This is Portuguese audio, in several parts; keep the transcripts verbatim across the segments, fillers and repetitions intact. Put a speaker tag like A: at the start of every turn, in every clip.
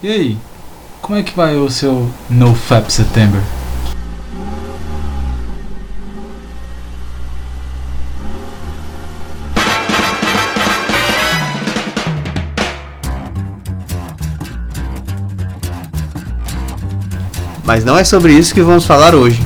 A: E aí, como é que vai o seu NoFap September?
B: Mas não é sobre isso que vamos falar hoje.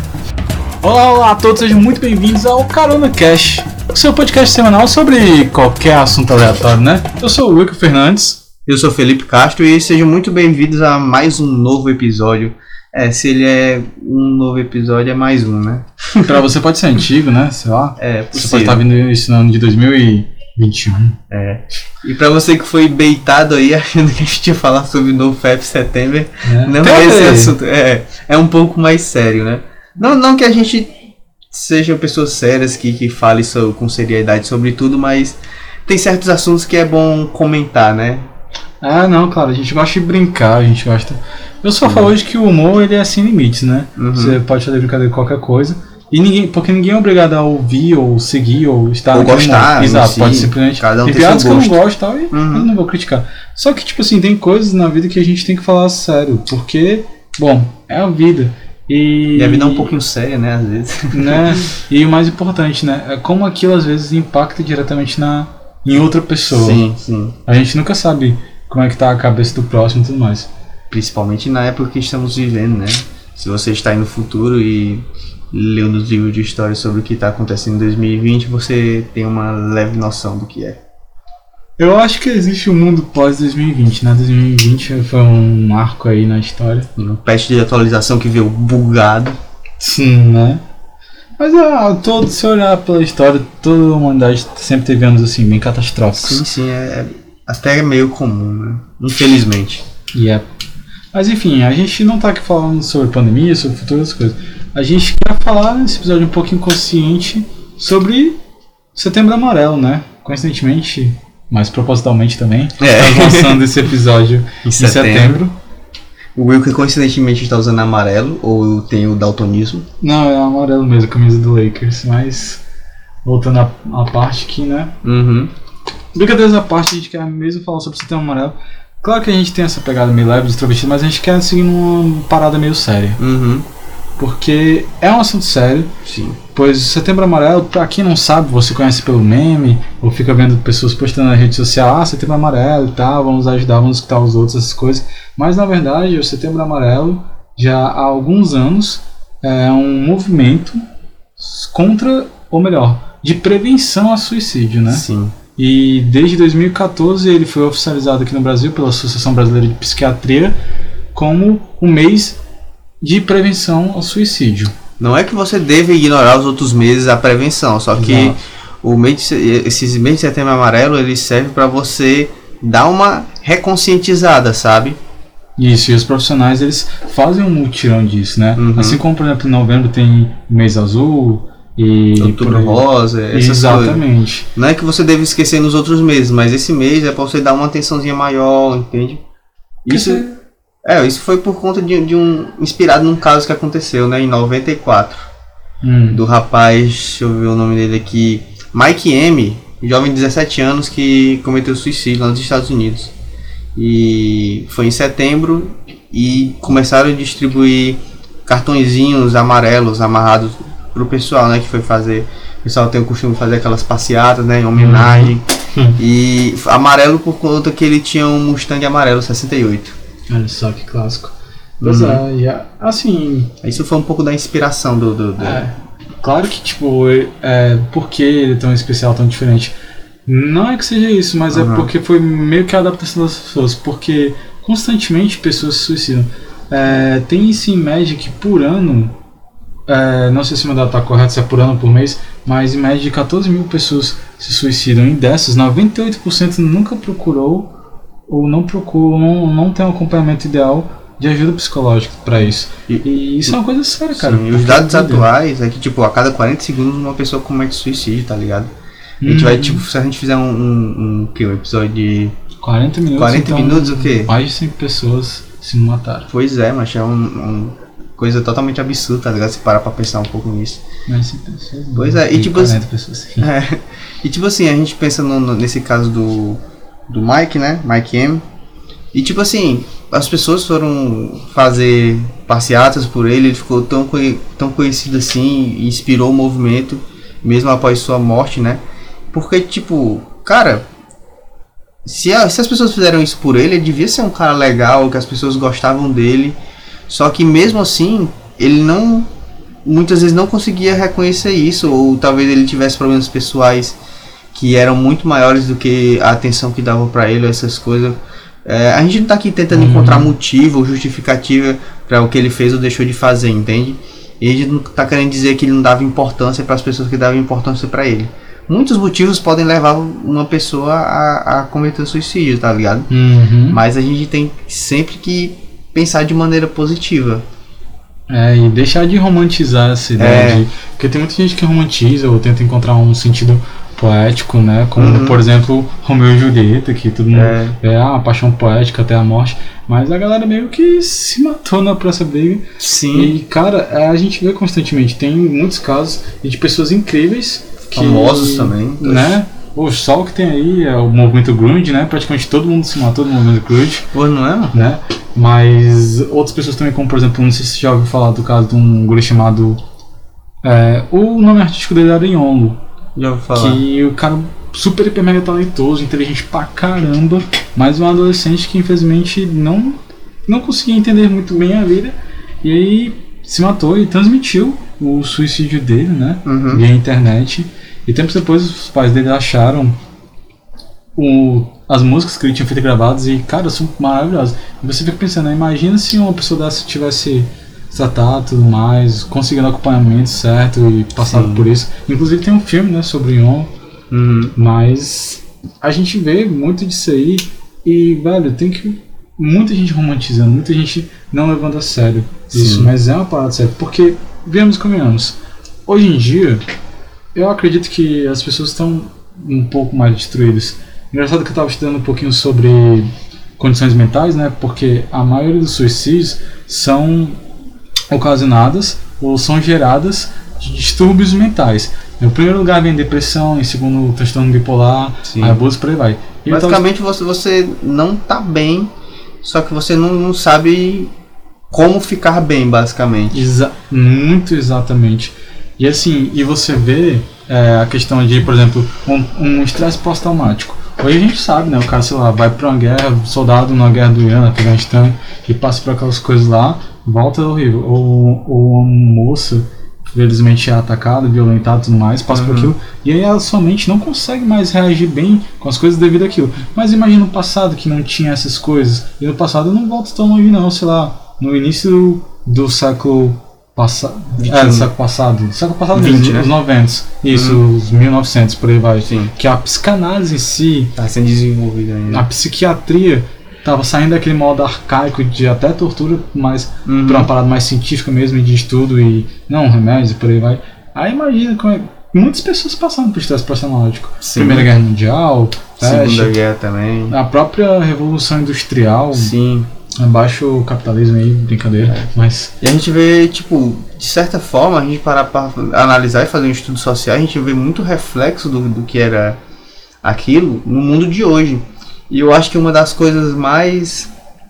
A: Olá, olá a todos, sejam muito bem-vindos ao Carona Cash, o seu podcast semanal sobre qualquer assunto aleatório, né? Eu sou o Wilker Fernandes.
B: Eu sou Felipe Castro e sejam muito bem-vindos a mais um novo episódio. É, se ele é um novo episódio, é mais um, né?
A: Pra você pode ser antigo, né? Sei lá.
B: É, possível.
A: Você pode estar vindo isso no ano de dois mil e vinte e um.
B: É. E pra você que foi beitado aí, achando que a gente ia falar sobre o NoFap September, é. não é esse assunto. É, é um pouco mais sério, né? Não, não que a gente sejam pessoas sérias que, que falem so, com seriedade sobre tudo, mas tem certos assuntos que é bom comentar, né?
A: Ah, não, claro, a gente gosta de brincar, a gente gosta... Eu só uhum. falo hoje que o humor, ele é sem limites, né? Uhum. Você pode fazer brincadeira de qualquer coisa, e ninguém, porque ninguém é obrigado a ouvir, ou seguir, ou estar...
B: Ou gostar,
A: exato,
B: si,
A: pode simplesmente...
B: Cada um
A: tem piadas que eu não gosto e tal, e uhum. eu não vou criticar. Só que, tipo assim, tem coisas na vida que a gente tem que falar sério, porque, bom, é a vida. E,
B: e a vida é um pouquinho séria, né, às vezes.
A: Né? E o mais importante, né, é como aquilo às vezes impacta diretamente na, em outra pessoa.
B: Sim, sim.
A: A gente nunca sabe como é que tá a cabeça do próximo e tudo mais.
B: Principalmente na época que estamos vivendo, né? Se você está aí no futuro e leu nos livros de história sobre o que está acontecendo em dois mil e vinte, você tem uma leve noção do que é.
A: Eu acho que existe um mundo pós dois mil e vinte, né? dois mil e vinte foi um marco aí na história.
B: Um patch de atualização que veio bugado.
A: Sim, né? Mas ah, todo, se olhar pela história, toda a humanidade sempre teve anos assim, bem catastróficos.
B: Sim, sim, é, é até meio comum, né? Infelizmente.
A: Yep. Mas enfim, a gente não tá aqui falando sobre pandemia, sobre futuras coisas. A gente quer falar nesse episódio um pouquinho consciente sobre Setembro Amarelo, né? Coincidentemente, mas propositalmente também,
B: é.
A: Nós lançando esse episódio em, em setembro. setembro.
B: O Wilker coincidentemente está usando amarelo, ou tem o daltonismo?
A: Não, é amarelo mesmo, a camisa do Lakers, mas voltando à, à parte aqui, né?
B: Uhum.
A: Brincadeiras à parte, a gente quer mesmo falar sobre o Setembro Amarelo. Claro que a gente tem essa pegada meio leve de extrovertido, mas a gente quer seguir numa parada meio séria.
B: Uhum.
A: Porque é um assunto sério.
B: Sim.
A: Pois o Setembro Amarelo, pra quem não sabe, você conhece pelo meme, ou fica vendo pessoas postando na rede social, ah, Setembro Amarelo e tal, vamos ajudar, vamos escutar os outros, essas coisas. Mas na verdade, o Setembro Amarelo, já há alguns anos, é um movimento contra, ou melhor, de prevenção a suicídio, né?
B: Sim.
A: E desde dois mil e catorze ele foi oficializado aqui no Brasil pela Associação Brasileira de Psiquiatria como um mês de prevenção ao suicídio.
B: Não é que você deve ignorar os outros meses da prevenção, só que Exato. o mês de, esses meses de Setembro Amarelo ele serve para você dar uma reconscientizada, sabe?
A: Isso, e os profissionais eles fazem um mutirão disso, né? Uhum. Assim como, por exemplo, em novembro tem o mês azul e
B: Outubro rosa, essas
A: exatamente.
B: Coisas. Não é que você deve esquecer nos outros meses, mas esse mês é para você dar uma atençãozinha maior, entende? Isso você... é, isso foi por conta de, de um inspirado num caso que aconteceu, né, em noventa e quatro. Hum. Do rapaz, deixa eu ver o nome dele aqui, Mike M, jovem de dezessete anos que cometeu suicídio lá nos Estados Unidos. E foi em setembro e começaram a distribuir cartõezinhos amarelos amarrados pro pessoal, né, que foi fazer, o pessoal tem o costume de fazer aquelas passeatas, né, em homenagem, uhum. E amarelo por conta que ele tinha um Mustang amarelo sessenta e oito.
A: Olha só que clássico. Pois uhum. é, e assim...
B: Isso foi um pouco da inspiração do... do, do...
A: É, claro que, tipo, é, por que ele é tão especial, tão diferente? Não é que seja isso, mas uhum. é porque foi meio que a adaptação das pessoas, porque constantemente pessoas se suicidam. É, tem isso em média que por ano... É, não sei se o meu dado está correto, se é por ano ou por mês, mas em média de catorze mil pessoas se suicidam. E dessas, noventa e oito por cento nunca procurou ou não procurou, não, não tem um acompanhamento ideal de ajuda psicológica para isso. E, e isso é uma coisa séria, cara.
B: Sim, e os dados atuais é que, tipo, a cada quarenta segundos uma pessoa comete suicídio, tá ligado? Hum. A gente vai, tipo, se a gente fizer um, um, um, que, um episódio de
A: quarenta minutos,
B: quarenta
A: então,
B: minutos o quê?
A: Mais de cem pessoas se mataram.
B: Pois é, mas é um... um coisa totalmente absurda, tá ligado? Se parar pra pensar um pouco nisso.
A: Mas cem pessoas.
B: Pois é, e tipo assim,
A: pessoas,
B: é, e tipo assim, a gente pensa no, no, nesse caso do, do Mike, né? Mike M. E tipo assim, as pessoas foram fazer passeatas por ele, ele ficou tão, tão conhecido assim e inspirou o movimento, mesmo após sua morte, né? Porque, tipo, cara, se, a, se as pessoas fizeram isso por ele, ele devia ser um cara legal, que as pessoas gostavam dele, só que mesmo assim, ele não, muitas vezes não conseguia reconhecer isso, ou talvez ele tivesse problemas pessoais que eram muito maiores do que a atenção que davam pra ele, essas coisas. É, a gente não tá aqui tentando uhum. encontrar motivo ou justificativa para o que ele fez ou deixou de fazer, entende? E a gente não tá querendo dizer que ele não dava importância para as pessoas que davam importância para ele. Muitos motivos podem levar uma pessoa a, a cometer suicídio, tá ligado?
A: Uhum.
B: Mas a gente tem sempre que pensar de maneira positiva.
A: É, e deixar de romantizar essa ideia. É. De, porque tem muita gente que romantiza ou tenta encontrar um sentido poético, né? Como, uhum. por exemplo, Romeu e Julieta, que todo mundo é, é ah, a paixão poética até a morte, mas a galera meio que se matou na própria briga.
B: Sim.
A: E, cara, a gente vê constantemente, tem muitos casos de pessoas incríveis, que,
B: famosos também,
A: né? O sol que tem aí é o movimento grunge, né? Praticamente todo mundo se matou do movimento grunge.
B: Pô, não é?
A: Né? Mas outras pessoas também, como por exemplo, não sei se você já ouviu falar do caso de um guri chamado... É, o nome artístico dele era Yonlo.
B: Já ouvi falar.
A: Que o cara super, hiper, mega talentoso, inteligente pra caramba, mas um adolescente que infelizmente não, não conseguia entender muito bem a vida. E aí se matou e transmitiu o suicídio dele, né?
B: Uhum.
A: Via internet. E tempos depois os pais dele acharam o, as músicas que ele tinha feito gravadas e, cara, são maravilhosas. E você fica pensando, né? Imagina se uma pessoa dessa tivesse tratado e tudo mais, conseguindo acompanhamento certo e passado Sim. por isso. Inclusive tem um filme, né, sobre o Yon,
B: uhum.
A: mas a gente vê muito disso aí e, velho, tem que... muita gente romantizando, muita gente não levando a sério isso, Sim. mas é uma parada séria, porque, vemos e convenhamos, hoje em dia, eu acredito que as pessoas estão um pouco mais destruídas. Engraçado que eu estava estudando um pouquinho sobre condições mentais, né, porque a maioria dos suicídios são ocasionadas ou são geradas de distúrbios mentais. Em primeiro lugar vem depressão, em segundo transtorno bipolar, aí abuso, por aí vai. E
B: basicamente tava... você, você não tá bem, só que você não, não sabe como ficar bem, basicamente.
A: Exa- muito exatamente. E assim, e você vê é, a questão de, por exemplo, um estresse um pós-traumático. Hoje a gente sabe, né, o cara, sei lá, vai pra uma guerra, soldado numa guerra do Irã, Afeganistão, e passa por aquelas coisas lá, volta horrível. Ou, ou uma moça, felizmente é atacada, violentada e tudo mais, passa uhum. por aquilo, e aí a sua mente não consegue mais reagir bem com as coisas devido àquilo. Mas imagina no passado que não tinha essas coisas, e no passado eu não volto tão longe não, sei lá, no início do século passado, é, do século passado, século passado
B: vinte,
A: mesmo,
B: né?
A: Os noventa, isso, uhum. os mil e novecentos, por aí vai.
B: Sim.
A: Que a psicanálise em si,
B: tá sendo desenvolvida ainda.
A: A psiquiatria tava saindo daquele modo arcaico de até tortura, mas
B: uhum.
A: pra uma parada mais científica mesmo, de estudo e não remédios e por aí vai. Aí imagina como é, muitas pessoas passando por estresse pós-traumático. Primeira Guerra Mundial,
B: Segunda
A: peste,
B: Guerra também,
A: a própria Revolução Industrial.
B: Sim.
A: Abaixo o capitalismo aí, brincadeira, é. mas...
B: E a gente vê, tipo, de certa forma, a gente parar para analisar e fazer um estudo social, a gente vê muito reflexo do, do que era aquilo no mundo de hoje. E eu acho que uma das coisas mais...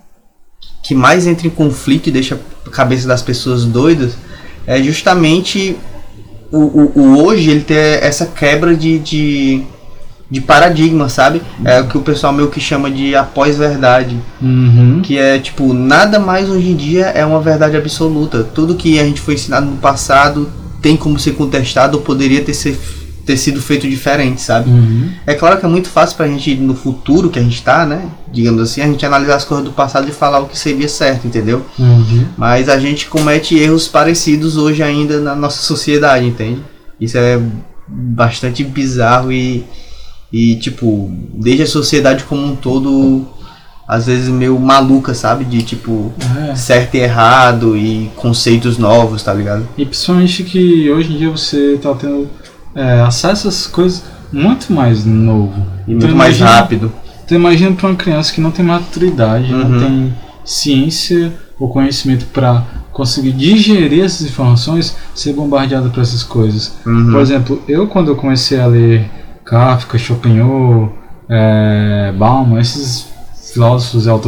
B: que mais entra em conflito e deixa a cabeça das pessoas doidas é justamente o, o, o hoje ele ter essa quebra de... de de paradigma, sabe? É o que o pessoal meio que chama de após-verdade.
A: Uhum.
B: Que é, tipo, nada mais hoje em dia é uma verdade absoluta. Tudo que a gente foi ensinado no passado tem como ser contestado ou poderia ter, ser, ter sido feito diferente, sabe?
A: Uhum.
B: É claro que é muito fácil pra gente, no futuro que a gente tá, né? Digamos assim, a gente analisar as coisas do passado e falar o que seria certo, entendeu?
A: Uhum.
B: Mas a gente comete erros parecidos hoje ainda na nossa sociedade, entende? Isso é bastante bizarro e... E, tipo, desde a sociedade como um todo, às vezes meio maluca, sabe? De, tipo, é. certo e errado e conceitos novos, tá ligado?
A: E principalmente que hoje em dia você tá tendo é, acesso a essas coisas muito mais novo.
B: E muito então, mais imagina, rápido.
A: Então imagina pra uma criança que não tem maturidade, uhum. não tem ciência ou conhecimento pra conseguir digerir essas informações, ser bombardeado por essas coisas.
B: Uhum.
A: Por exemplo, eu quando eu comecei a ler Kafka, Schopenhauer, é, Bauman, esses filósofos e autores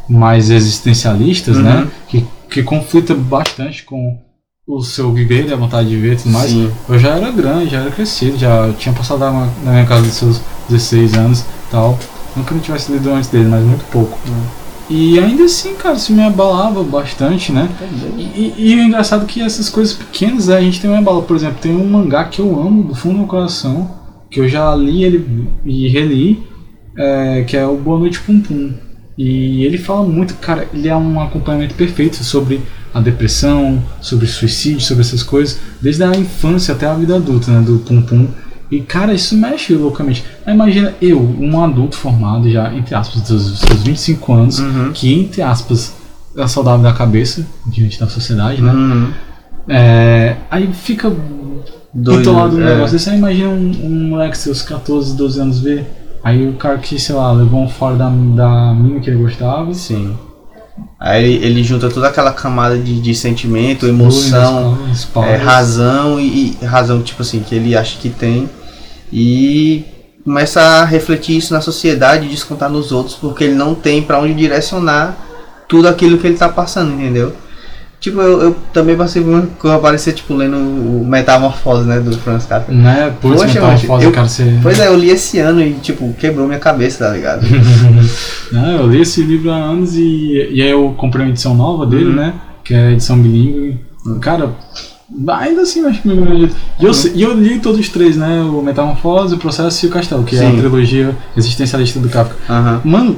A: mais existencialistas,
B: Uhum.
A: né? Que, que conflita bastante com o seu viver e a vontade de viver e tudo mais.
B: Sim.
A: Eu já era grande, já era crescido, já tinha passado na, na minha casa dos seus dezesseis anos e tal. Nunca não tivesse lido antes dele, mas muito pouco.
B: Uhum.
A: E ainda assim, cara, isso me abalava bastante, né? E, e, e o engraçado é que essas coisas pequenas, né, a gente tem uma abala. Por exemplo, tem um mangá que eu amo do fundo do coração, que eu já li ele e reli, é, que é o Boa Noite Pum Pum. E ele fala muito, cara, ele é um acompanhamento perfeito sobre a depressão, sobre suicídio, sobre essas coisas, desde a infância até a vida adulta, né, do Pum Pum. E, cara, isso mexe loucamente. Mas imagina eu, um adulto formado já, entre aspas, dos seus vinte e cinco anos,
B: Uhum.
A: que, entre aspas, é saudável da cabeça, diante da sociedade, né?
B: Uhum.
A: É, aí fica
B: Doido,
A: bitolado no
B: é.
A: negócio. Você imagina um, um moleque de seus catorze, doze anos ver, aí o cara que, sei lá, levou um fora da, da mina que ele gostava.
B: Sim. Aí ele, ele junta toda aquela camada de, de sentimento, emoção, é, razão e, e razão, tipo assim, que ele acha que tem. E começa a refletir isso na sociedade e descontar nos outros, porque ele não tem pra onde direcionar tudo aquilo que ele tá passando, entendeu? Tipo, eu, eu também passei por quando eu aparecia, tipo, lendo o Metamorfose, né, do Franz Kafka.
A: Né? Putz,
B: Poxa,
A: Metamorfose,
B: eu,
A: cara, você...
B: Pois é, eu li esse ano e, tipo, quebrou minha cabeça, tá ligado?
A: Não, eu li esse livro há anos e, e aí eu comprei uma edição nova dele,
B: Uhum.
A: né? Que é a edição bilíngue.
B: Uhum.
A: Cara, ainda assim acho que me lembro disso. E eu, e eu li todos os três, né? O Metamorfose, o Processo e o Castelo, que
B: Sim.
A: é a trilogia existencialista do Kafka.
B: Aham.
A: Mano,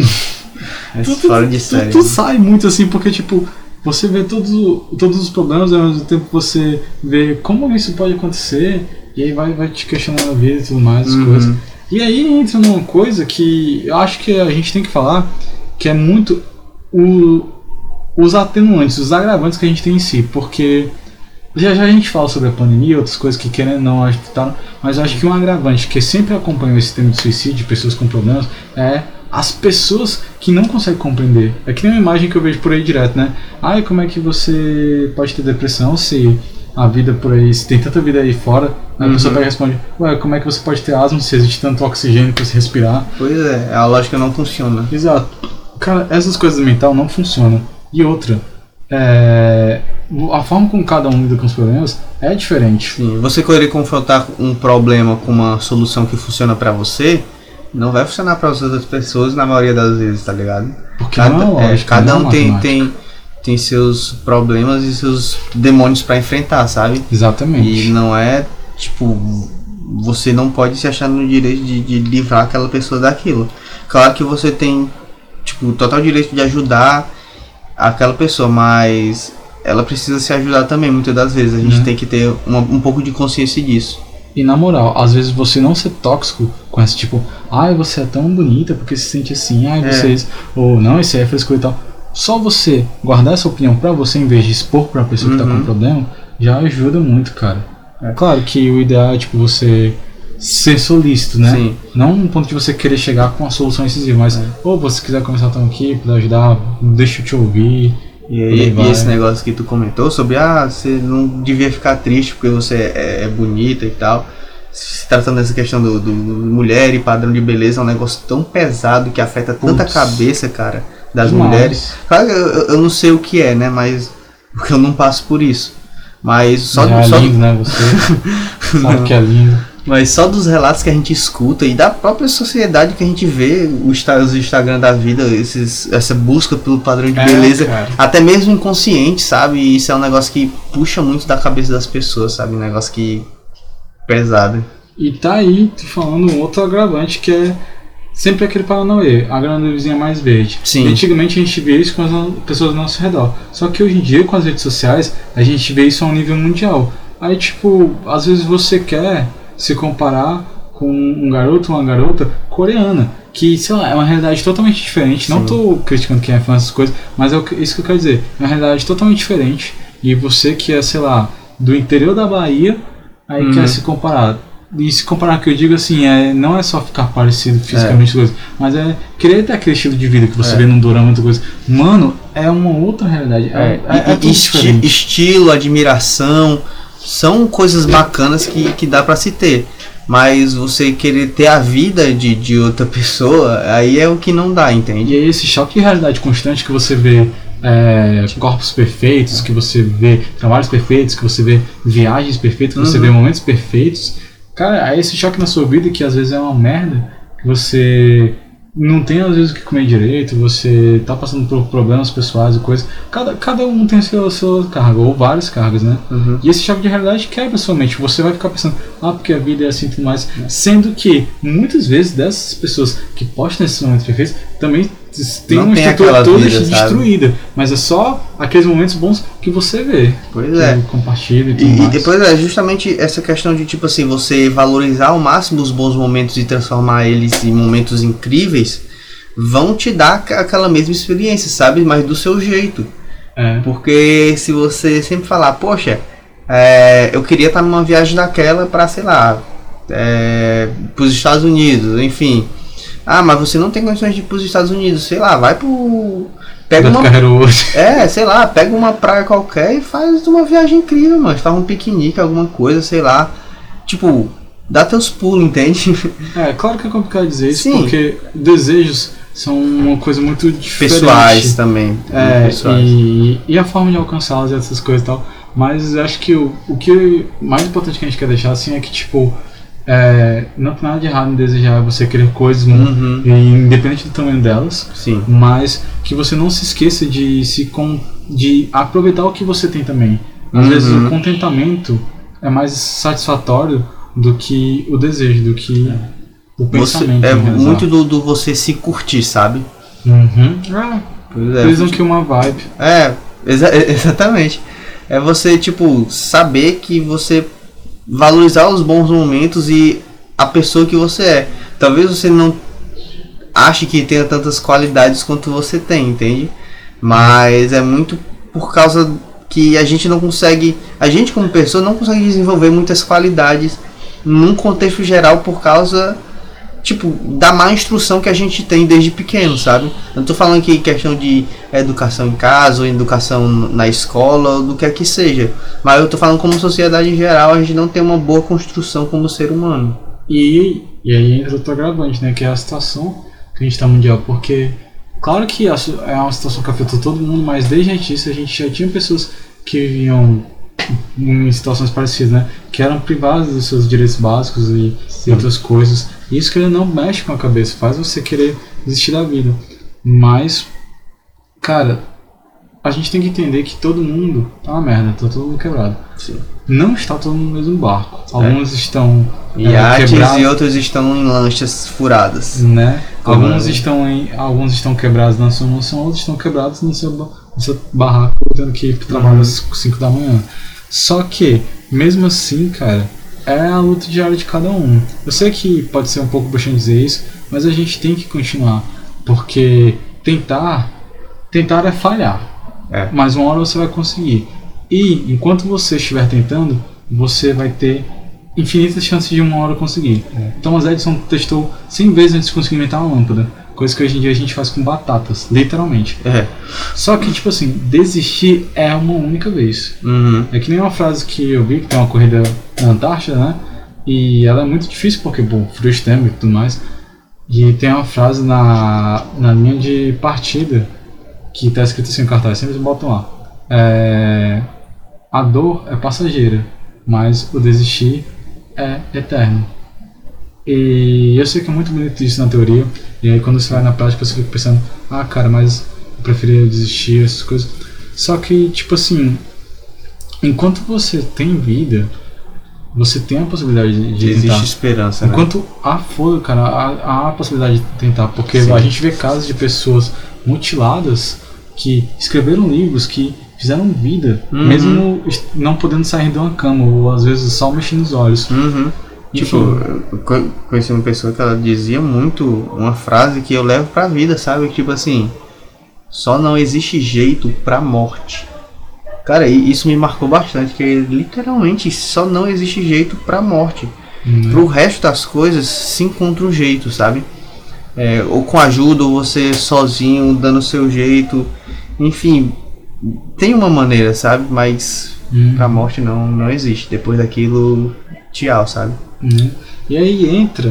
B: Essa
A: tu,
B: fora de
A: tu,
B: série.
A: tu sai muito assim, porque tipo, você vê todos, o- todos os problemas e ao mesmo tempo você vê como isso pode acontecer e aí vai, vai te questionando a vida e tudo mais, as
B: Uhum.
A: coisas. E aí entra numa coisa que eu acho que a gente tem que falar, que é muito o, os atenuantes, os agravantes que a gente tem em si, porque já já a gente fala sobre a pandemia e outras coisas que querendo ou não ajudar, mas eu acho que um agravante que sempre acompanhou esse tema de suicídio, pessoas com problemas, é as pessoas que não conseguem compreender. É que nem uma imagem que eu vejo por aí direto, né? Ai, como é que você pode ter depressão se a vida por aí, se tem tanta vida aí fora? Aí a
B: Uhum.
A: pessoa pega e responde, ué, como é que você pode ter asma se existe tanto oxigênio para você respirar?
B: Pois é, a lógica não funciona.
A: Exato. Cara, essas coisas mental não funcionam. E outra, é, a forma como cada um lida com os problemas é diferente.
B: Sim, você querer confrontar um problema com uma solução que funciona pra você, não vai funcionar para as outras pessoas na maioria das vezes, tá ligado?
A: Porque
B: Cada,
A: não é
B: é,
A: lógica,
B: cada
A: não é
B: um tem,
A: matemática.
B: tem, tem seus problemas e seus demônios pra enfrentar, sabe?
A: Exatamente.
B: E não é, tipo, você não pode se achar no direito de, de livrar aquela pessoa daquilo. Claro que você tem, tipo, total direito de ajudar aquela pessoa, mas ela precisa se ajudar também, muitas das vezes. A gente
A: Uhum.
B: tem que ter uma, um pouco de consciência disso.
A: E na moral, às vezes você não ser tóxico com esse tipo, ai, você é tão bonita porque se sente assim, ai,
B: É.
A: vocês, ou não, isso aí é frescura e tal. Só você guardar essa opinião pra você em vez de expor pra pessoa que tá
B: Uhum.
A: com problema, já ajuda muito, cara. É claro que o ideal é, tipo, você ser solícito, né?
B: Sim.
A: Não um ponto de você querer chegar com uma solução incisiva, mas,
B: É.
A: ou você quiser começar a estar aqui, puder ajudar, deixa eu te ouvir.
B: E,
A: Por
B: aí,
A: aí
B: e
A: vai.
B: esse negócio que tu comentou sobre, ah, você não devia ficar triste porque você é, é bonita e tal. Se tratando dessa questão do, do mulher e padrão de beleza, é um negócio tão pesado que afeta tanta
A: Putz.
B: cabeça, cara, das
A: Demais.
B: mulheres. Claro que eu, eu não sei o que é, né, mas porque eu não passo por isso. Mas só,
A: Já é
B: só,
A: lindo, né? Você sabe
B: Não.
A: que é lindo.
B: mas só dos relatos que a gente escuta e da própria sociedade que a gente vê, o Insta- os Instagram da vida, esses, essa busca pelo padrão de
A: É,
B: beleza,
A: cara.
B: até mesmo inconsciente, sabe? E isso é um negócio que puxa muito da cabeça das pessoas, sabe? Um negócio que pesado.
A: E tá aí, te falando um outro agravante que é sempre aquele Paranauê, a grana do vizinho é mais verde.
B: Sim.
A: E antigamente a gente via isso com as no- pessoas ao nosso redor. Só que hoje em dia, com as redes sociais, a gente vê isso a um nível mundial. Aí, tipo, às vezes você quer se comparar com um garoto ou uma garota coreana, que, sei lá, é uma realidade totalmente diferente. Não
B: Sim.
A: tô criticando quem é fã dessas coisas, mas é o que- isso que eu quero dizer. É uma realidade totalmente diferente. E você que é, sei lá, do interior da Bahia, aí
B: Uhum.
A: quer se comparar. E se comparar, que eu digo assim, é, não é só ficar parecido fisicamente, coisa, mas é querer ter aquele estilo de vida que você
B: É.
A: vê num dorama, outra coisa. Mano, é uma outra realidade. É, é, é
B: E-
A: tudo
B: esti-
A: diferente.
B: estilo, admiração, são coisas bacanas que, que dá pra se ter. mas você querer ter a vida de, de outra pessoa, aí é o que não dá, entende?
A: E é esse choque de realidade constante que você vê é, corpos perfeitos, que você vê trabalhos perfeitos, que você vê viagens perfeitas, que você
B: Uhum.
A: vê momentos perfeitos. Cara, é esse choque na sua vida que às vezes é uma merda, que você não tem às vezes o que comer direito, você tá passando por problemas pessoais e coisas. Cada, cada um tem seu, sua carga, ou várias cargas, né?
B: Uhum.
A: E esse choque de realidade quebra sua mente. Você vai ficar pensando, ah, porque a vida é assim e tudo mais. Sendo que, muitas vezes, dessas pessoas que postam esses momentos perfeitos, também tem
B: Não
A: uma
B: tem
A: estrutura
B: aquela
A: toda
B: vida,
A: destruída. Mas é só aqueles momentos bons que você vê.
B: Pois
A: que
B: é.
A: compartilha e tudo
B: E, e
A: mais.
B: depois é justamente essa questão de, tipo assim, você valorizar ao máximo os bons momentos e transformar eles em momentos incríveis, vão te dar aqu- aquela mesma experiência, sabe? Mas do seu jeito.
A: É.
B: Porque se você sempre falar, poxa, é, eu queria estar numa viagem daquela para, sei lá, é, para os Estados Unidos, enfim. Ah, mas você não tem condições de ir para os Estados Unidos, sei lá, vai pro... Pega
A: Beto
B: uma,
A: Carreiro hoje.
B: é, sei lá, pega uma praia qualquer e faz uma viagem incrível, mano. Faz um piquenique, alguma coisa, sei lá. Tipo, dá teus pulos, entende?
A: É, claro que é complicado dizer isso,
B: Sim.
A: porque desejos são uma coisa muito diferente.
B: Pessoais também.
A: É,
B: pessoais.
A: E, e a forma de alcançá-las e essas coisas e tal. Mas eu acho que o, o que mais importante que a gente quer deixar assim é que, tipo, é, não tem nada de errado em desejar você querer coisas,
B: Uhum.
A: e independente do tamanho delas,
B: Sim.
A: mas que você não se esqueça de se com, de aproveitar o que você tem também. Às
B: Uhum.
A: vezes o contentamento é mais satisfatório do que o desejo, do que o
B: Você,
A: pensamento.
B: é
A: em realizar.
B: muito do, do você se curtir, sabe?
A: Uhum. Ah,
B: Pois
A: eles não criam uma vibe.
B: É, exa exatamente. É você, tipo, saber que você valorizar os bons momentos e a pessoa que você é. Talvez você não ache que tenha tantas qualidades quanto você tem, entende? Mas é muito por causa que a gente não consegue, a gente como pessoa não consegue desenvolver muitas qualidades num contexto geral por causa, tipo, da má instrução que a gente tem desde pequeno, sabe? Eu não tô falando aqui questão de educação em casa ou educação na escola ou do que é que seja, mas eu tô falando como sociedade em geral, a gente não tem uma boa construção como ser humano.
A: E, e aí entra outro agravante, né? Que é a situação que a gente está mundial. Porque, claro que a, é uma situação que afetou todo mundo, mas desde antes a gente já tinha pessoas que viviam em situações parecidas, né? Que eram privadas dos seus direitos básicos e, e outras coisas. E isso que ele não mexe com a cabeça, faz você querer desistir da vida. Mas, cara, a gente tem que entender que todo mundo tá uma merda, tá todo mundo quebrado.
B: Sim.
A: Não está todo mundo no mesmo barco. Alguns é. estão
B: em
A: é,
B: iates
A: quebrados,
B: e outros estão em lanchas furadas.
A: né?
B: Como
A: Alguns
B: é?
A: estão em, alguns estão quebrados na sua mansão, outros estão quebrados no seu, no seu barraco, tendo que ir pro trabalho
B: Uhum.
A: às cinco da manhã. Só que, mesmo assim, cara, é a luta diária de cada um. Eu sei que pode ser um pouco bruxante dizer isso, mas a gente tem que continuar, porque tentar, tentar é falhar.
B: É.
A: Mas uma hora você vai conseguir. E enquanto você estiver tentando, você vai ter infinitas chances de uma hora conseguir. É. Thomas Edison testou cem vezes antes de conseguir inventar uma lâmpada. Coisa que hoje em dia a gente faz com batatas, literalmente.
B: É.
A: Só que, tipo assim, desistir é uma única vez.
B: Uhum.
A: É que nem uma frase que eu vi, que tem uma corrida na Antártida, né? E ela é muito difícil porque, bom, frio extremo e tudo mais. E tem uma frase na, na linha de partida que tá escrito assim no cartaz, sempre botam lá. É, a dor é passageira, mas o desistir é eterno. E eu sei que é muito bonito isso na teoria, e aí quando você vai na prática você fica pensando, ah cara, mas eu preferia desistir, essas coisas. Só que, tipo assim, enquanto você tem vida, você tem a possibilidade de, de
B: Existe
A: tentar.
B: esperança, né?
A: Enquanto há fogo, cara, há, há a possibilidade de tentar, porque
B: Sim.
A: a gente vê casos de pessoas mutiladas que escreveram livros, que fizeram vida,
B: Uhum.
A: mesmo não podendo sair de uma cama, ou às vezes só mexendo os olhos.
B: Uhum. Tipo, eu co- conheci uma pessoa que ela dizia muito uma frase que eu levo pra vida, sabe? Tipo assim, só não existe jeito pra morte. Cara, e isso me marcou bastante, que literalmente só não existe jeito pra morte.
A: Uhum.
B: Pro resto das coisas se encontra um jeito, sabe? É, ou com ajuda, ou você sozinho, dando o seu jeito. Enfim, tem uma maneira, sabe? Mas
A: Uhum.
B: pra morte não, não existe. Depois daquilo, tchau, sabe?
A: Uhum. E aí entra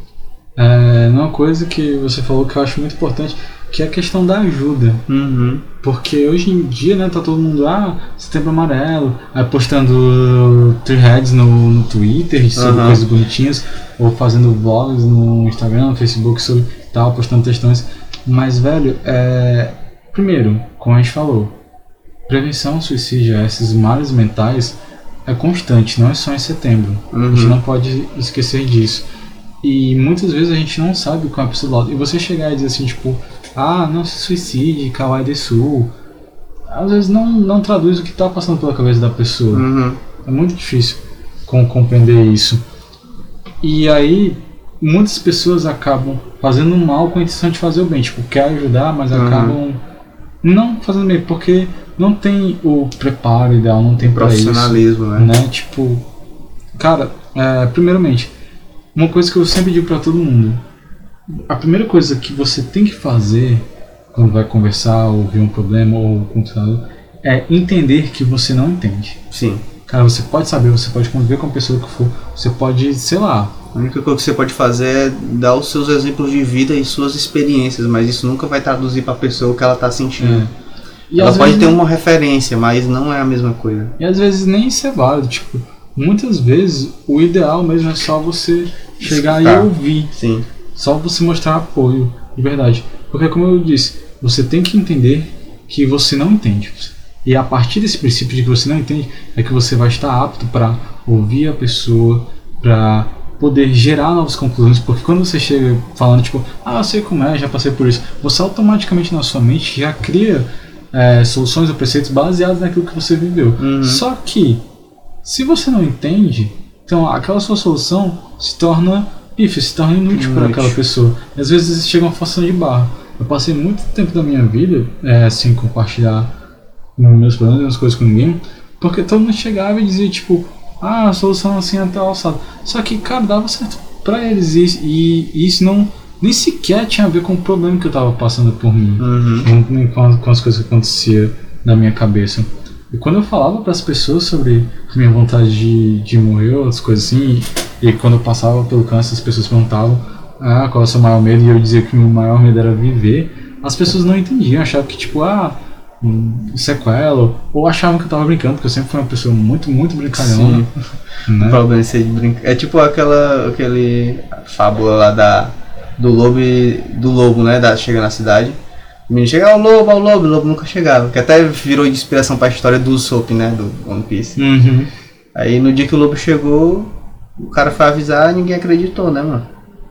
A: é, numa coisa que você falou que eu acho muito importante, que é a questão da ajuda.
B: Uhum.
A: Porque hoje em dia, né, tá todo mundo, ah, Setembro Amarelo, aí postando threads no, no Twitter sobre
B: Uhum.
A: coisas bonitinhas, ou fazendo vlogs no Instagram, no Facebook sobre tal, postando textões. Mas, velho, é... primeiro, como a gente falou, prevenção ao suicídio, esses males mentais, é constante, não é só em setembro.
B: Uhum.
A: A gente não pode esquecer disso. E muitas vezes a gente não sabe qual é a pessoa do lado. E você chegar e dizer assim, tipo, ah, não se suicide, Kawaii de Sul. Às vezes não, não traduz o que está passando pela cabeça da pessoa.
B: Uhum.
A: É muito difícil com, compreender isso. E aí, muitas pessoas acabam fazendo mal com a intenção de fazer o bem. Tipo, quer ajudar, mas
B: Uhum.
A: acabam não fazendo bem, porque não tem o preparo ideal, não tem pra isso.
B: Profissionalismo, né?
A: né? Tipo, cara, é, primeiramente, uma coisa que eu sempre digo pra todo mundo: a primeira coisa que você tem que fazer quando vai conversar, ou ouvir um problema, ou conversar, é entender que você não entende.
B: Sim.
A: Cara, você pode saber, você pode conviver com a pessoa que for, você pode, sei lá.
B: A única coisa que você pode fazer é dar os seus exemplos de vida e suas experiências, mas isso nunca vai traduzir pra pessoa o que ela tá sentindo.
A: É. E
B: ela
A: às
B: pode
A: vezes
B: ter
A: nem-
B: uma referência, mas não é a mesma coisa.
A: E às vezes nem isso é válido, tipo, muitas vezes o ideal mesmo é só você chegar
B: Tá.
A: e ouvir.
B: Sim.
A: Só você mostrar apoio, de verdade. Porque, como eu disse, você tem que entender que você não entende. E a partir desse princípio de que você não entende, é que você vai estar apto para ouvir a pessoa, para poder gerar novas conclusões. Porque quando você chega falando, tipo, ah, eu sei como é, já passei por isso, você automaticamente na sua mente já cria é, soluções ou preceitos baseados naquilo que você viveu.
B: Uhum.
A: Só que, se você não entende, então aquela sua solução se torna pífia, se torna inútil para
B: Inútil.
A: aquela pessoa. E às vezes chega uma forçação de barra. Eu passei muito tempo da minha vida é, sem compartilhar meus problemas, minhas coisas com ninguém, porque todo mundo chegava e dizia, tipo, ah, a solução assim é tal, alçada. Só que, cara, dava certo pra eles, e, e isso não nem sequer tinha a ver com o problema que eu tava passando por mim,
B: Uhum.
A: com, com as coisas que aconteciam na minha cabeça. E quando eu falava para as pessoas sobre minha vontade de, de morrer, outras coisas assim, e, e quando eu passava pelo câncer, as pessoas perguntavam, ah, qual é o seu maior medo? E eu dizia que o meu maior medo era viver. As pessoas não entendiam, achavam que, tipo, ah, um sequela, ou achavam que eu tava brincando, porque eu sempre fui uma pessoa muito, muito brincalhona. Né?
B: O problema de ser de brincar. É tipo aquela aquele fábula lá da, do lobo e, do lobo, né? Da, chega na cidade. O menino chega ao lobo, ao lobo, o lobo nunca chegava. Que até virou de inspiração pra história do Usopp, né? Do One Piece.
A: Uhum.
B: Aí no dia que o lobo chegou, o cara foi avisar e ninguém acreditou, né, mano?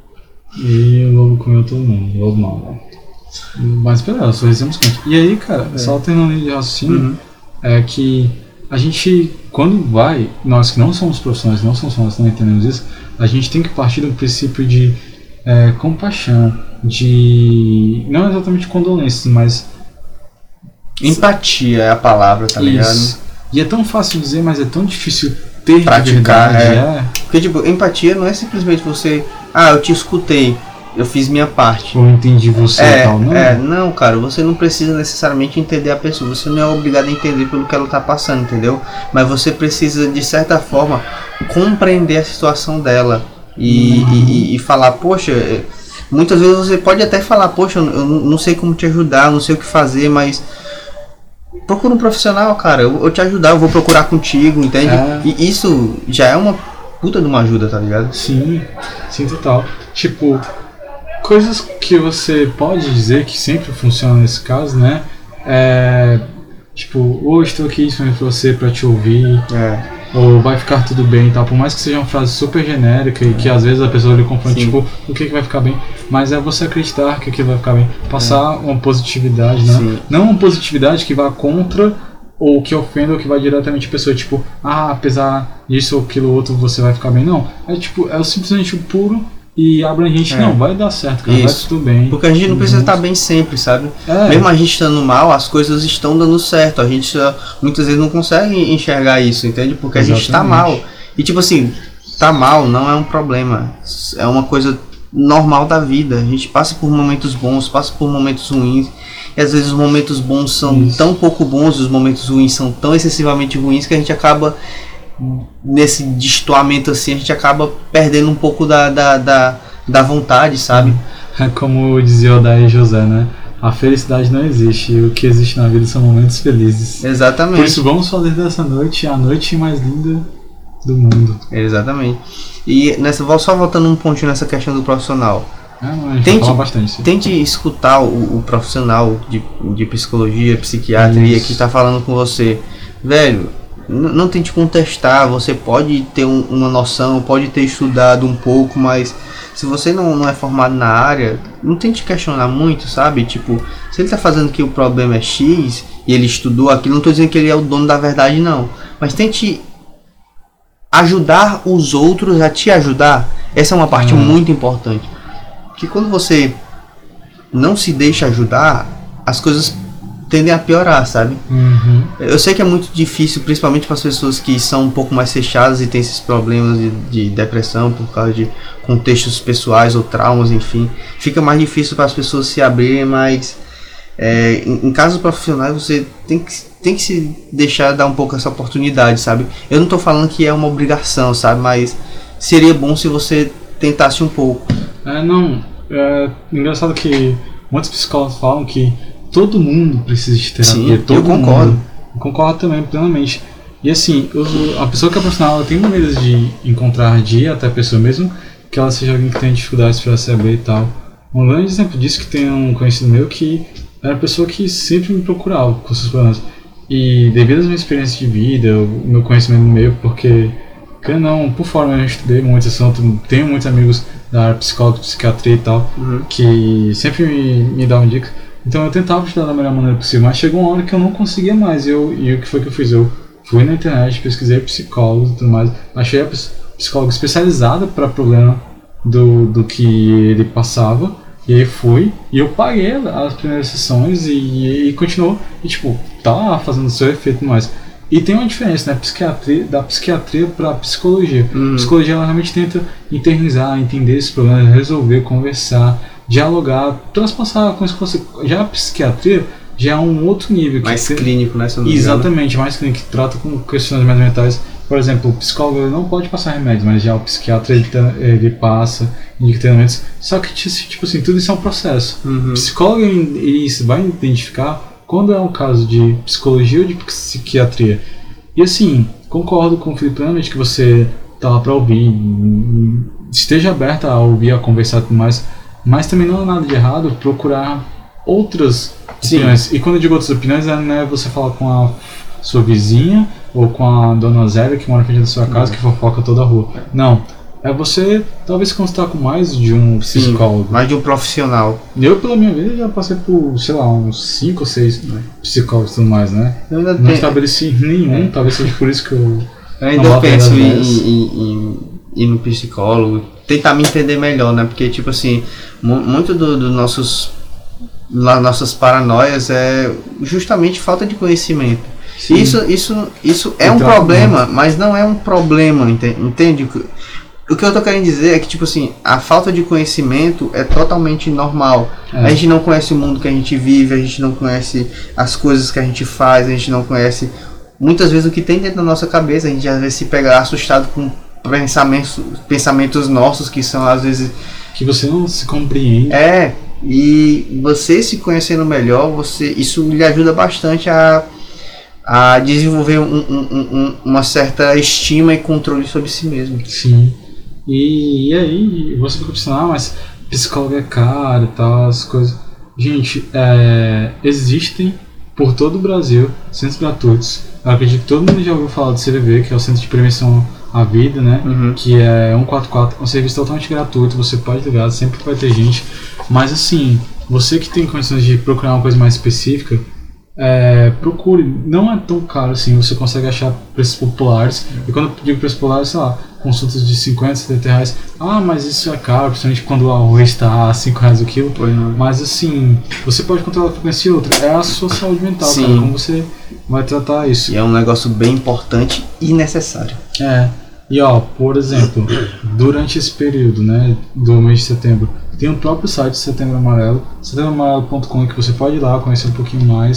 A: E o lobo comeu todo mundo, o lobo mal, né? Mas pera, só resumos quente. E aí, cara,
B: É.
A: só terminando de raciocínio,
B: Uhum.
A: é que a gente, quando vai, nós que não somos profissionais, não somos nós, não entendemos isso, a gente tem que partir do princípio de é, compaixão, de. Não exatamente condolências, mas.
B: Empatia é a palavra, tá ligado?
A: Isso. E é tão fácil dizer, mas é tão difícil ter de
B: Praticar,
A: verdade.
B: é.
A: É.
B: Porque, tipo, empatia não é simplesmente você... Ah, eu te escutei, eu fiz minha parte.
A: Eu entendi você e
B: É,
A: tal, não?
B: é, não, cara, você não precisa necessariamente entender a pessoa, você não é obrigado a entender pelo que ela tá passando, entendeu? Mas você precisa, de certa forma, compreender a situação dela e,
A: Uhum.
B: e, e falar, poxa, é, muitas vezes você pode até falar, poxa, eu não não sei como te ajudar, eu não sei o que fazer, mas procura um profissional, cara, eu vou te ajudar, eu vou procurar contigo, entende?
A: É.
B: E isso já é uma puta de uma ajuda, tá ligado?
A: Sim, sim, total. Tipo, coisas que você pode dizer que sempre funcionam nesse caso, né? É. Tipo, hoje estou aqui disponível pra você pra te ouvir,
B: É.
A: ou vai ficar tudo bem e tal. Por mais que seja uma frase super genérica e que às vezes a pessoa lhe confronta,
B: Sim.
A: tipo, o que, que vai ficar bem, mas é você acreditar que aquilo vai ficar bem. Passar uma positividade, né?
B: Sim.
A: Não uma positividade que vá contra ou que ofenda ou que vai diretamente a pessoa, tipo, ah, apesar disso ou aquilo outro você vai ficar bem. Não, é tipo, é simplesmente o puro e abrangente.
B: É.
A: Não, vai dar certo, cara, vai
B: Isso.
A: tudo bem.
B: Porque a gente não precisa estar bem sempre, sabe?
A: É.
B: Mesmo a gente estando mal, as coisas estão dando certo. A gente só, muitas vezes não consegue enxergar isso, entende? Porque a gente tá
A: Exatamente.
B: mal. E tipo assim, tá mal não é um problema. É uma coisa normal da vida. A gente passa por momentos bons, passa por momentos ruins. E às vezes os momentos bons são
A: Isso.
B: tão pouco bons, os momentos ruins são tão excessivamente ruins que a gente acaba nesse destoamento assim, a gente acaba perdendo um pouco da, da, da, da vontade, sabe?
A: É como dizia o Odair José, né? A felicidade não existe, o que existe na vida são momentos felizes.
B: Exatamente.
A: Por isso vamos fazer dessa noite a noite mais linda do mundo.
B: Exatamente. E nessa, só voltando um pontinho nessa questão do profissional.
A: É, não, a gente
B: tente,
A: vai falar bastante. Sim.
B: Tente escutar o, o profissional de, de psicologia, psiquiatria isso. que está falando com você. Velho, n- não tente contestar, você pode ter um, uma noção, pode ter estudado um pouco, mas se você não, não é formado na área, não tente questionar muito, sabe? Tipo, se ele está fazendo que o problema é X e ele estudou aquilo, não estou dizendo que ele é o dono da verdade, não. Mas tente ajudar os outros a te ajudar. Essa é uma parte uhum. muito importante. Porque quando você não se deixa ajudar, as coisas tendem a piorar, sabe?
A: Uhum.
B: Eu sei que é muito difícil, principalmente para as pessoas que são um pouco mais fechadas e têm esses problemas de, de depressão por causa de contextos pessoais ou traumas, enfim. Fica mais difícil para as pessoas se abrirem, mas é, em, em casos profissionais você tem que, tem que se deixar dar um pouco essa oportunidade, sabe? Eu não estou falando que é uma obrigação, sabe? Mas seria bom se você tentasse um pouco.
A: É, não. É engraçado que muitos psicólogos falam que todo mundo precisa de terapia.
B: Sim,
A: todo
B: eu concordo.
A: Mundo. Eu concordo também, plenamente. E assim, eu, a pessoa que é profissional ela tem maneiras de encontrar, de ir até a pessoa, mesmo que ela seja alguém que tenha dificuldades para saber e tal. Um grande exemplo disso que tem um conhecido meu que era uma pessoa que sempre me procurava com seus problemas. E devido às minhas experiências de vida, o meu conhecimento no meio, porque, que não, por fora eu estudei muito assunto, tenho muitos amigos da área psicóloga, psiquiatria e tal,
B: uhum.
A: que sempre me, me davam dicas. Então eu tentava estudar da melhor maneira possível, mas chegou uma hora que eu não conseguia mais. E, eu, e o que foi que eu fiz? Eu fui na internet, pesquisei psicólogos e tudo mais, achei a psicóloga especializada para problema do, do que ele passava, e aí fui, e eu paguei as primeiras sessões e, e continuou, e tipo, tá fazendo o seu efeito mais. E tem uma diferença, né? Psiquiatria, da psiquiatria para psicologia.
B: Uhum.
A: Psicologia ela realmente tenta internizar, entender esses problemas, resolver, conversar, dialogar, transpassar com isso que você. Já a psiquiatria já é um outro nível. Que
B: mais
A: você...
B: clínico, né?
A: Exatamente, mais clínico, que trata com questões mais mentais. Por exemplo, o psicólogo ele não pode passar remédios, mas já o psiquiatra ele, ele passa, indica treinamentos. Só que, tipo assim, tudo isso é um processo.
B: Uhum.
A: O psicólogo ele vai identificar quando é um caso de psicologia ou de psiquiatria. E assim, concordo com o Felipe plenamente que você tá lá para ouvir, esteja aberta a ouvir, a conversar e tudo mais, mas também não há nada de errado procurar outras
B: Sim.
A: opiniões. E quando eu digo outras opiniões, não é você falar com a sua vizinha ou com a dona Zélia que mora na frente da sua casa, uhum. que fofoca toda a rua. Não. É você talvez consultar com mais de um psicólogo.
B: Sim, mais de um profissional.
A: Eu, pela minha vida, já passei por, sei lá, uns cinco ou seis psicólogos e tudo mais, né?
B: Eu ainda
A: não
B: tenho...
A: estabeleci nenhum, é. talvez seja por isso que eu...
B: Eu ainda penso em, em, em ir no psicólogo, tentar me entender melhor, né? Porque, tipo assim, muito dos do nossos... nossas paranoias é justamente falta de conhecimento. Sim. Isso, isso, isso é um problema, mas não é um problema, entende? O que eu tô querendo dizer é que, tipo assim, a falta de conhecimento é totalmente normal. É. A gente não conhece o mundo que a gente vive, a gente não conhece as coisas que a gente faz, a gente não conhece muitas vezes o que tem dentro da nossa cabeça. A gente às vezes se pega assustado com pensamentos, pensamentos nossos que são às vezes...
A: que você não se compreende.
B: É, e você se conhecendo melhor, você, isso lhe ajuda bastante a, a desenvolver um, um, um, uma certa estima e controle sobre si mesmo.
A: Sim. E, e aí, você fica pensando, ah, mas psicólogo é caro e tal, as coisas. Gente, é, existem por todo o Brasil centros gratuitos. Eu acredito que todo mundo já ouviu falar do C V V, que é o Centro de Prevenção à Vida, né?
B: Uhum.
A: Que é cento e quarenta e quatro, é um serviço totalmente gratuito, você pode ligar, sempre vai ter gente. Mas assim, você que tem condições de procurar uma coisa mais específica, É, procure, não é tão caro assim, você consegue achar preços populares. E quando eu digo preços populares, sei lá, consultas de cinquenta, setenta reais. Ah, mas isso é caro, principalmente quando o arroz está a cinco reais o quilo. Mas assim, você pode controlar a frequência e outra. É a sua saúde mental,
B: Sim.
A: cara, como você vai tratar isso.
B: E é um negócio bem importante e necessário.
A: É, e ó, por exemplo, durante esse período, né, do mês de setembro, tem o próprio site Setembro Amarelo, setembro amarelo ponto com, que você pode ir lá conhecer um pouquinho mais.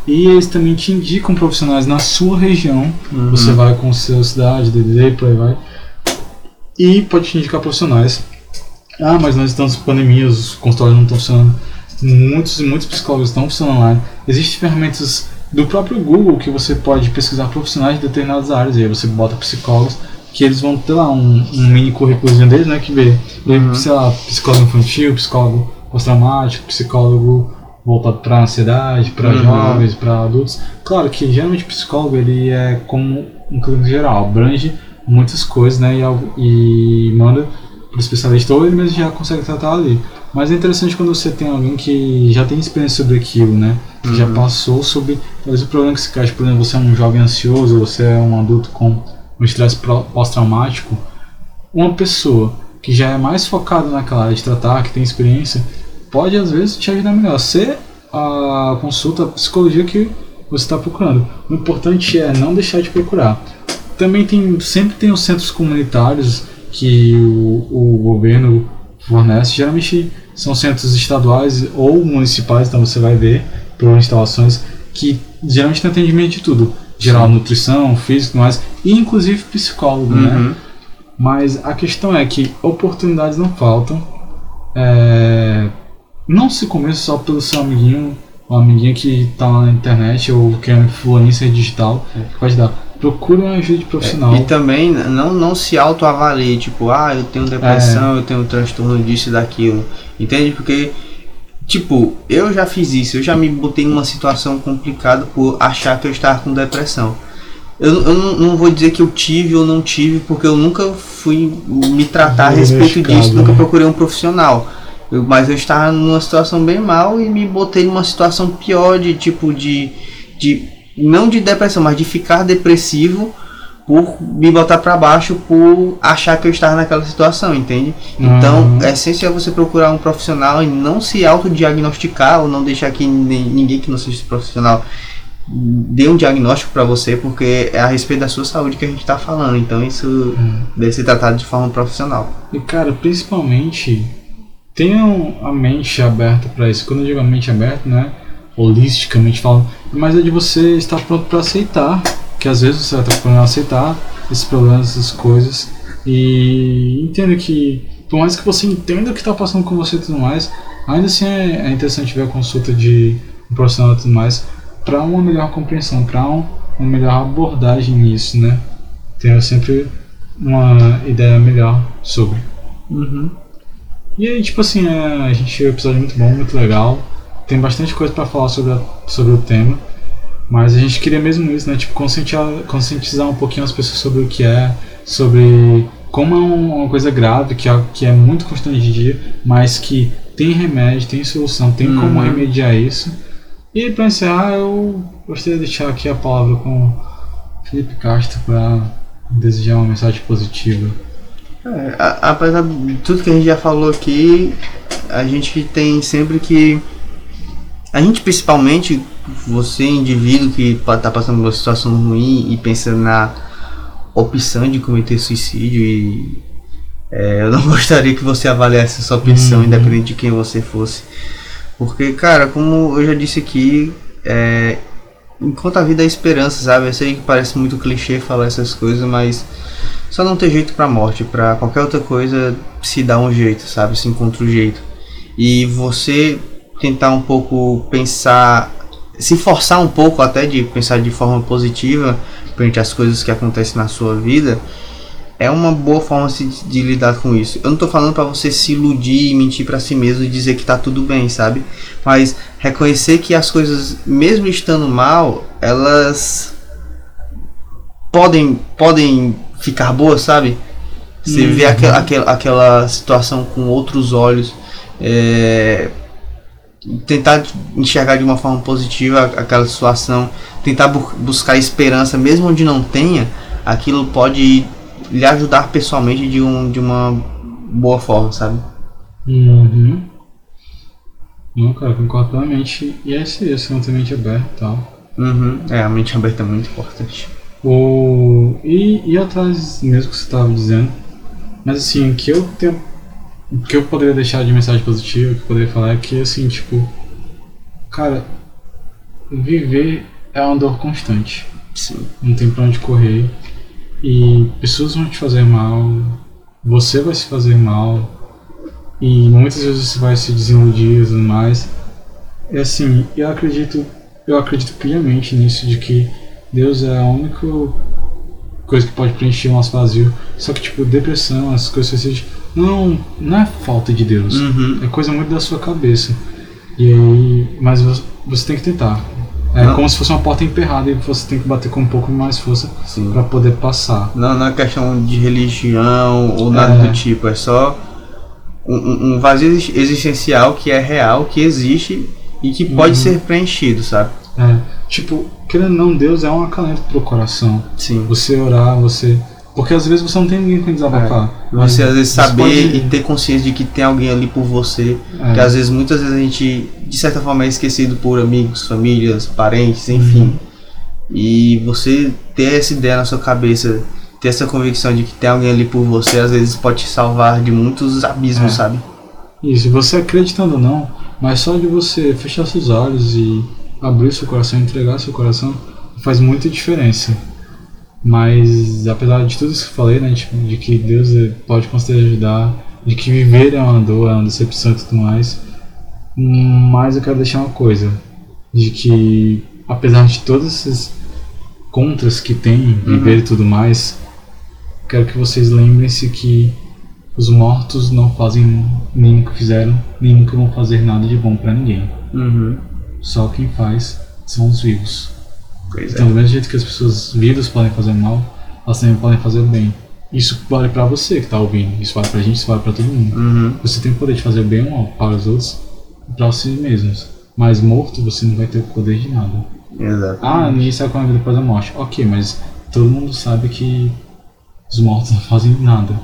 A: E eles também te indicam profissionais na sua região. Uhum. Você vai com sua cidade, D D D, por aí vai. E pode te indicar profissionais. Ah, mas nós estamos em pandemia, os consultórios não estão funcionando. Muitos e muitos psicólogos estão funcionando online. Existem ferramentas do próprio Google que você pode pesquisar profissionais de determinadas áreas. E aí você bota psicólogos, que eles vão ter lá um, um mini currículozinho deles, né? Que vê, uhum. sei lá, psicólogo infantil, psicólogo pós-traumático, psicólogo voltado para ansiedade, para uhum. jovens, para adultos. Claro que geralmente o psicólogo ele é como um clínico geral, abrange muitas coisas, né? E, e manda para o especialista, ou ele mesmo já consegue tratar ali. Mas é interessante quando você tem alguém que já tem experiência sobre aquilo, né? Que uhum. já passou sobre talvez o problema que se caixa. Por exemplo, você é um jovem ansioso, você é um adulto com um estresse pós-traumático. Uma pessoa que já é mais focada naquela área de tratar, que tem experiência, pode às vezes te ajudar melhor. Ser a consulta, a psicologia que você está procurando. O importante é não deixar de procurar. Também tem, sempre tem os centros comunitários que o, o governo fornece. Geralmente são centros estaduais ou municipais, então você vai ver por instalações que geralmente tem atendimento de tudo. Geral, sim. Nutrição, físico, mais, e inclusive psicólogo, uhum. né? Mas a questão é que oportunidades não faltam. É... Não se convença só pelo seu amiguinho ou amiguinha que está lá na internet ou que é um influencer digital que pode dar. Procure uma ajuda profissional.
B: É, e também não, não se autoavalie, tipo, ah, eu tenho depressão, é. eu tenho um transtorno disso e daquilo. Entende? Porque, tipo, eu já fiz isso, eu já me botei numa situação complicada por achar que eu estava com depressão. Eu, eu não, não vou dizer que eu tive ou não tive, porque eu nunca fui me tratar a respeito disso, nunca procurei um profissional. Eu, mas eu estava numa situação bem mal e me botei numa situação pior de tipo de, de não de depressão, mas de ficar depressivo por me botar para baixo por achar que eu estava naquela situação, entende? Uhum. Então é essencial você procurar um profissional e não se autodiagnosticar ou não deixar que ninguém que não seja profissional dê um diagnóstico para você, porque é a respeito da sua saúde que a gente está falando. Então isso uhum. deve ser tratado de forma profissional.
A: E cara, principalmente tenham a mente aberta para isso. Quando eu digo a mente aberta, não é holisticamente falando, mas é de você estar pronto para aceitar, que às vezes você vai estar pronto para aceitar esses problemas, essas coisas, e entenda que por mais que você entenda o que está passando com você e tudo mais, ainda assim é, é interessante ver a consulta de um profissional e tudo mais para uma melhor compreensão, para um, uma melhor abordagem nisso, né? Ter sempre uma ideia melhor sobre.
B: Uhum.
A: E aí, tipo assim, é, a gente tinha um episódio muito bom, muito legal. Tem bastante coisa pra falar sobre, a, sobre o tema. Mas a gente queria mesmo isso, né? Tipo, conscientizar, conscientizar um pouquinho as pessoas sobre o que é, sobre como é uma coisa grave, que é, que é muito constante de dia, mas que tem remédio, tem solução, tem uhum. como remediar isso. E pra encerrar, eu gostaria de deixar aqui a palavra com o Felipe Castro pra desejar uma mensagem positiva.
B: É, a, apesar de tudo que a gente já falou aqui, a gente tem sempre que... A gente principalmente, você indivíduo que está passando por uma situação ruim e pensa na opção de cometer suicídio, e é, eu não gostaria que você avaliasse essa opção, uhum. independente de quem você fosse. Porque, cara, como eu já disse aqui, é, enquanto a vida é esperança, sabe? Eu sei que parece muito clichê falar essas coisas, mas só não ter jeito pra morte. Pra qualquer outra coisa se dá um jeito, sabe? Se encontra um jeito. E você tentar um pouco pensar, se forçar um pouco até de pensar de forma positiva frente às coisas que acontecem na sua vida, é uma boa forma de, de lidar com isso. Eu não tô falando pra você se iludir e mentir pra si mesmo e dizer que tá tudo bem, sabe? Mas reconhecer que as coisas, mesmo estando mal, elas podem, podem ficar boas, sabe? Você uhum. vê aquela, aquela, aquela situação com outros olhos, é, tentar enxergar de uma forma positiva aquela situação, tentar bu- buscar esperança, mesmo onde não tenha, aquilo pode lhe ajudar pessoalmente de, um, de uma boa forma, sabe?
A: Uhum. Não, cara, concordo plenamente. E é isso aí, assim, manter a mente aberta e tal.
B: Uhum. É, a mente aberta é muito importante.
A: O... E, e atrás mesmo que você estava dizendo, mas assim, o que eu tenho, o que eu poderia deixar de mensagem positiva, o que eu poderia falar é que, assim, tipo, cara, viver é uma dor constante.
B: Sim.
A: Não tem pra onde correr. E pessoas vão te fazer mal, você vai se fazer mal, e muitas vezes você vai se desiludir e tudo mais. E assim, eu acredito, eu acredito piamente nisso, de que Deus é a única coisa que pode preencher o nosso vazio. Só que tipo, depressão, essas coisas assim, não, não é falta de Deus,
B: uhum.
A: é coisa muito da sua cabeça. E aí, mas você, você tem que tentar. É não. Como se fosse uma porta emperrada e você tem que bater com um pouco mais força para poder passar.
B: Não, não é questão de religião ou nada é. do tipo, é só um, um vazio existencial que é real, que existe e que pode uhum. ser preenchido, sabe?
A: É, tipo, querendo ou não, Deus é um acalento pro coração.
B: Sim.
A: Você orar, você... Porque às vezes você não tem ninguém com desabafar.
B: É. Você às vezes saber pode... e ter consciência de que tem alguém ali por você. É. Que às vezes, muitas vezes a gente, de certa forma, é esquecido por amigos, famílias, parentes, enfim. Uhum. E você ter essa ideia na sua cabeça, ter essa convicção de que tem alguém ali por você, às vezes pode te salvar de muitos abismos, é. sabe?
A: Isso, você acreditando ou não, mas só de você fechar seus olhos e abrir seu coração, entregar seu coração, faz muita diferença. Mas apesar de tudo isso que eu falei, né, tipo, de que Deus pode conseguir ajudar, de que viver é uma dor, é uma decepção e tudo mais, mas eu quero deixar uma coisa, de que apesar de todos esses contras que tem, viver uhum. e tudo mais, quero que vocês lembrem-se que os mortos não fazem nem o que fizeram, nem nunca vão fazer nada de bom pra ninguém.
B: Uhum.
A: Só quem faz são os vivos.
B: Pois
A: então,
B: é.
A: do mesmo jeito que as pessoas vivas podem fazer mal, elas também podem fazer o bem. Isso vale pra você que tá ouvindo, isso vale pra gente, isso vale pra todo mundo.
B: Uhum.
A: Você tem o poder de fazer o bem ou mal para os outros e pra si mesmos. Mas morto, você não vai ter o poder de nada.
B: Exato.
A: Ah, ninguém sabe qual é a vida depois da morte. Ok, mas todo mundo sabe que os mortos não fazem nada.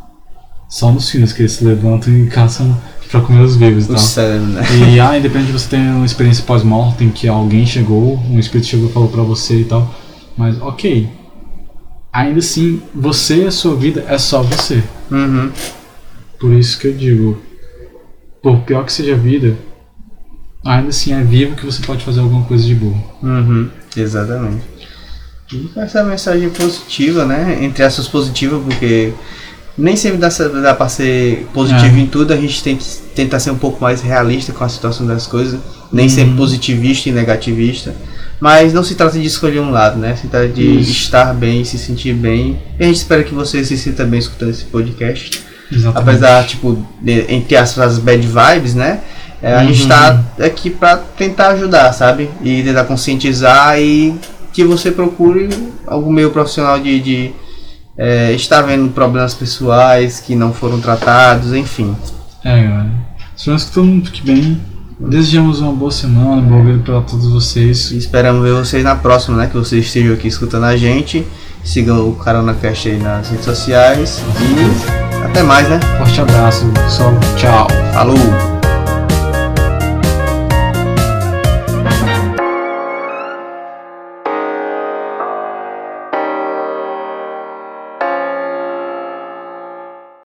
A: Só nos filmes que eles se levantam e caçam pra comer os vivos e tal.
B: Cérebro, né?
A: E ah, independente de você ter uma experiência pós-morte em que alguém chegou, um espírito chegou e falou pra você e tal. Mas ok, ainda assim, você e a sua vida é só você.
B: Uhum.
A: Por isso que eu digo, por pior que seja a vida, ainda assim é vivo que você pode fazer alguma coisa de boa.
B: Uhum. Exatamente. E com essa mensagem positiva, né? Entre aspas positiva, porque nem sempre dá, dá pra ser positivo é. em tudo, a gente tem que tentar ser um pouco mais realista com a situação das coisas, nem uhum. sempre positivista e negativista, mas não se trata de escolher um lado, né? Se trata de Isso. estar bem, se sentir bem, e a gente espera que você se sinta bem escutando esse podcast.
A: Exatamente.
B: Apesar, tipo, de, entre as bad vibes, né? É, a uhum. gente tá aqui pra tentar ajudar, sabe? E tentar conscientizar e que você procure algum meio profissional de... de É, está vendo problemas pessoais que não foram tratados, enfim.
A: É, galera. Esperamos que todo mundo fique bem. Desejamos uma boa semana, um bom vídeo para todos vocês.
B: E esperamos ver vocês na próxima, né? Que vocês estejam aqui escutando a gente. Sigam o CaronaCast aí nas redes sociais. E até mais, né?
A: Forte abraço, pessoal. Tchau.
B: Falou!